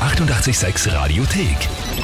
886 Radiothek.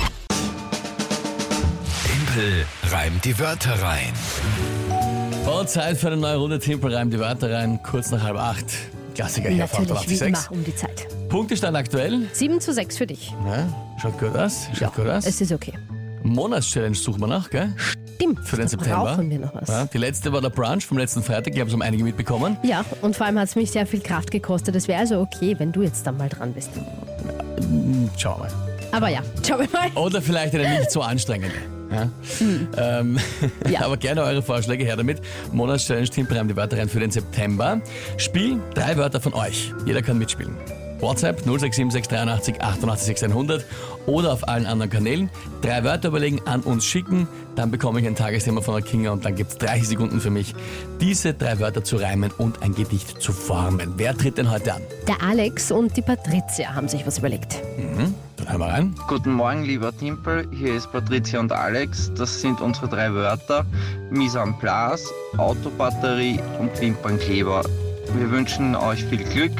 Tempel reimt die Wörter rein. Und Zeit für eine neue Runde. Tempel reimt die Wörter rein. Kurz nach 7:30. Klassiker hier auf Natürlich, wie 886. immer, um die Zeit. Punktestand aktuell. 7:6 für dich. Ja, schaut gut aus. Schaut gut aus. Es ist okay. Monatschallenge suchen wir noch, gell? Stimmt, Für den da September. brauchen wir noch was. Ja, die letzte war der Brunch vom letzten Freitag. Ich habe es um einige mitbekommen. Ja, und vor allem hat es mich sehr viel Kraft gekostet. Es wäre also okay, wenn du jetzt dann mal dran bist. Schauen wir mal. Aber ja, schauen wir mal. Oder vielleicht eine nicht so anstrengende. Ja? Ja. Aber gerne eure Vorschläge her damit. Monatschallenge Tempel reimt die Wörter rein für den September. Spiel 3 Wörter von euch. Jeder kann mitspielen. WhatsApp 0676 88 100 oder auf allen anderen Kanälen. 3 Wörter überlegen, an uns schicken, dann bekomme ich ein Tagesthema von der Kinga und dann gibt es 30 Sekunden für mich, diese 3 Wörter zu reimen und ein Gedicht zu formen. Wer tritt denn heute an? Der Alex und die Patricia haben sich was überlegt. Dann hören wir rein. Guten Morgen, lieber Timpel. Hier ist Patricia und Alex. Das sind unsere 3 Wörter: Mise en place, Autobatterie und Wimpernkleber. Wir wünschen euch viel Glück.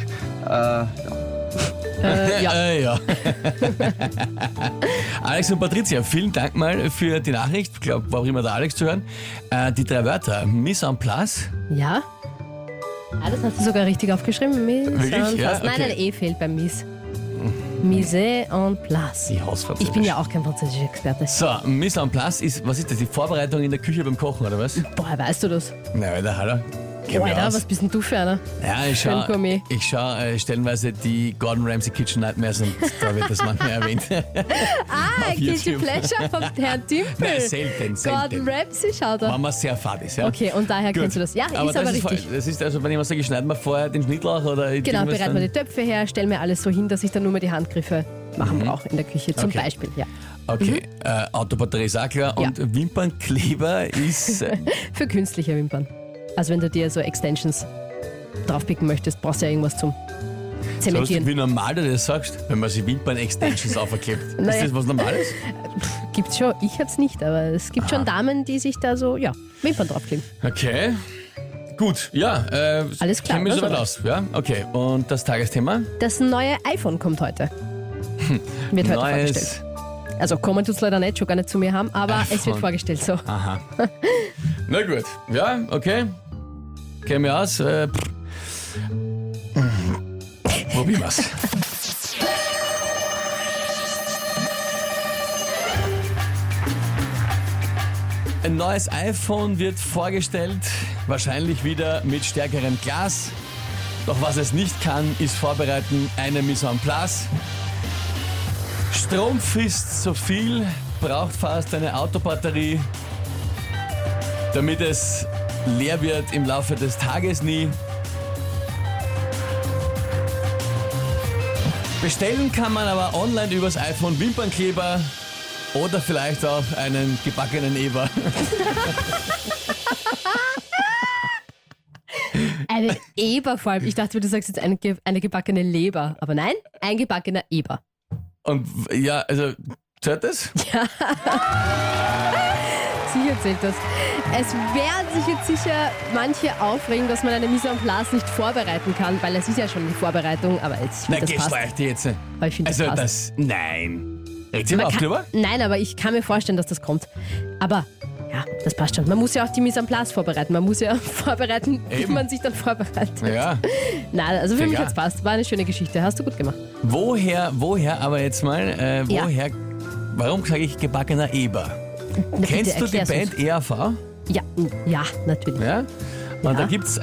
Ja. Alex und Patricia, vielen Dank mal für die Nachricht. Ich glaube, war auch immer der Alex zu hören. Die 3 Wörter. Mise en place. Ja? Ah, das hast du sogar richtig aufgeschrieben. Mise Wirklich? en Ja, place. Nein, okay. ein E fehlt beim Mise. Mise en place. Die Hausfranzösisch. Ich bin ja auch kein französischer Experte. So, Mise en place ist, was ist das? Die Vorbereitung in der Küche beim Kochen, oder was? Boah, weißt du das? Na, Alter, hallo. Kenn mich Alter, aus. was bist denn du für einer? Ja, ich Schön Gourmet. schaue stellenweise die Gordon Ramsay Kitchen Nightmares und da wird das manchmal erwähnt. Ah, Guilty YouTube. Pleasure vom Herrn Timpel. Nein, selten. Gordon Ramsay schaut er. Wenn man sehr fad ist, ja. Okay, und daher Gut. kennst du das. Ja, aber ist aber das richtig. Das ist also, wenn ich mal sage, schneiden wir vorher den Schnittlauch oder Genau, irgendwas bereiten wir die Töpfe her, stellen mir alles so hin, dass ich dann nur mehr die Handgriffe machen brauche in der Küche, zum Okay. Beispiel. Ja. Okay, Autobatterie ist auch klar. Ja. Und Wimpernkleber ist... Für künstliche Wimpern. Also wenn du dir so Extensions draufpicken möchtest, brauchst du ja irgendwas zum so lustig, Zementieren. wie normal du das sagst, wenn man sich Wimpern-Extensions aufklebt. Naja. Ist das was Normales? Gibt's schon, ich hab's nicht, aber es gibt schon Damen, die sich da so, ja, Wimpern draufkleben. Okay. Gut, ja. Alles klar, Kennen wir also soweit aus. Ja, okay. Und das Tagesthema? Das neue iPhone kommt heute. Wird heute vorgestellt. Also kommen tut's leider nicht, schon gar nicht zu mir haben, aber es wird iPhone. vorgestellt so. Aha. Na gut. Ja, okay. Kennen wir aus. Probieren wir's. Ein neues iPhone wird vorgestellt, wahrscheinlich wieder mit stärkerem Glas. Doch was es nicht kann, ist vorbereiten eine Mise en place. Strom frisst so viel, braucht fast eine Autobatterie, damit es leer wird im Laufe des Tages nie. Bestellen kann man aber online übers iPhone Wimpernkleber oder vielleicht auch einen gebackenen Eber. Eine Eber vor allem. Ich dachte, du sagst jetzt eine gebackene Leber. Aber nein, ein gebackener Eber. Und ja, also, zählt das? Sicher zählt das. Es werden sich jetzt sicher manche aufregen, dass man eine Mise en place nicht vorbereiten kann, weil es ist ja schon die Vorbereitung, aber jetzt, ich Nein, finde, das passt. gestreicht jetzt. Aber ich finde, Also, das passt. nein. Redet ihr überhaupt drüber? Nein, aber ich kann mir vorstellen, dass das kommt. Aber ja, das passt schon. Man muss ja auch die Mise en place vorbereiten. Man muss ja vorbereiten, wie Eben. man sich dann vorbereitet. Ja. Nein, also für mich Egal. hat's passt. War eine schöne Geschichte. Hast du gut gemacht. Woher aber jetzt mal, warum sage ich gebackener Eber? Na, Kennst bitte, du die erklär's Band ERV? uns. Ja, natürlich. Ja? Und da gibt es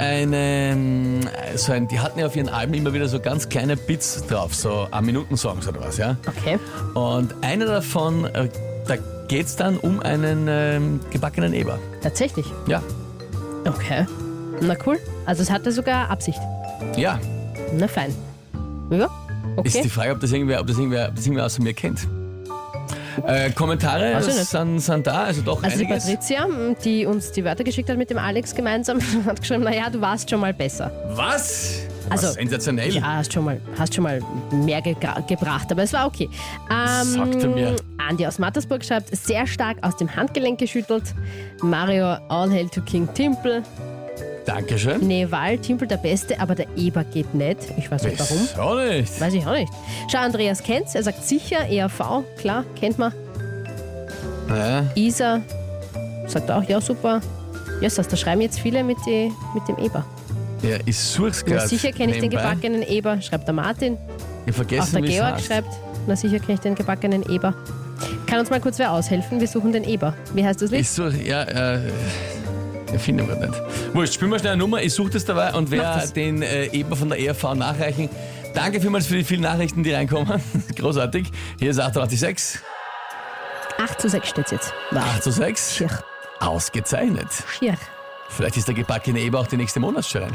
die hatten ja auf ihren Alben immer wieder so ganz kleine Bits drauf, so 1-Minuten-Songs oder was, ja? Okay. Und einer davon, da geht es dann um einen gebackenen Eber. Tatsächlich. Ja. Okay. Na cool. Also es hatte sogar Absicht. Ja. Na fein. Ja, Ist die okay. Frage, ob das irgendwer außer mir kennt. Kommentare Weiß ich nicht. sind da, also doch Also die einiges. Patricia, die uns die Wörter geschickt hat mit dem Alex gemeinsam, hat geschrieben, naja, du warst schon mal besser. Was? Also, Was sensationell. Ja, hast schon mal mehr gebracht, aber es war okay. Sagt er mir. Andi aus Mattersburg schreibt, sehr stark aus dem Handgelenk geschüttelt. Mario, all hail to King Timpel. Dankeschön. Nee, Timpel der Beste, aber der Eber geht nicht. Ich weiß nicht warum. Auch nicht. Weiß ich auch nicht. Schau, Andreas kennt's. Er sagt sicher, ERV, klar, kennt man. Ja. Isa sagt auch, ja, super. Ja, da schreiben jetzt viele mit dem Eber. Ja, ich such's Na, gerade. sicher kenne ich den gebackenen Eber, schreibt der Martin. Ich vergesse, Auch der wie es Georg heißt. schreibt, na sicher kenne ich den gebackenen Eber. Kann uns mal kurz wer aushelfen? Wir suchen den Eber. Wie heißt das Lied? Ich suche, ich finde aber nicht. Wurscht, spielen wir schnell eine Nummer, ich suche das dabei und Mach werde das. den Eber von der ERV nachreichen. Danke vielmals für die vielen Nachrichten, die reinkommen. Großartig. Hier ist 886. 8:6 steht's jetzt. 8:6. Schier. Ausgezeichnet. Schier. Vielleicht ist der gebackene Eber auch die nächste Monatschallenge.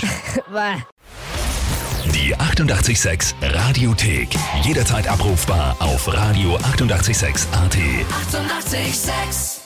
Die 88,6 Radiothek. Jederzeit abrufbar auf radio886.at. 88,6. Eighty-eight, sex.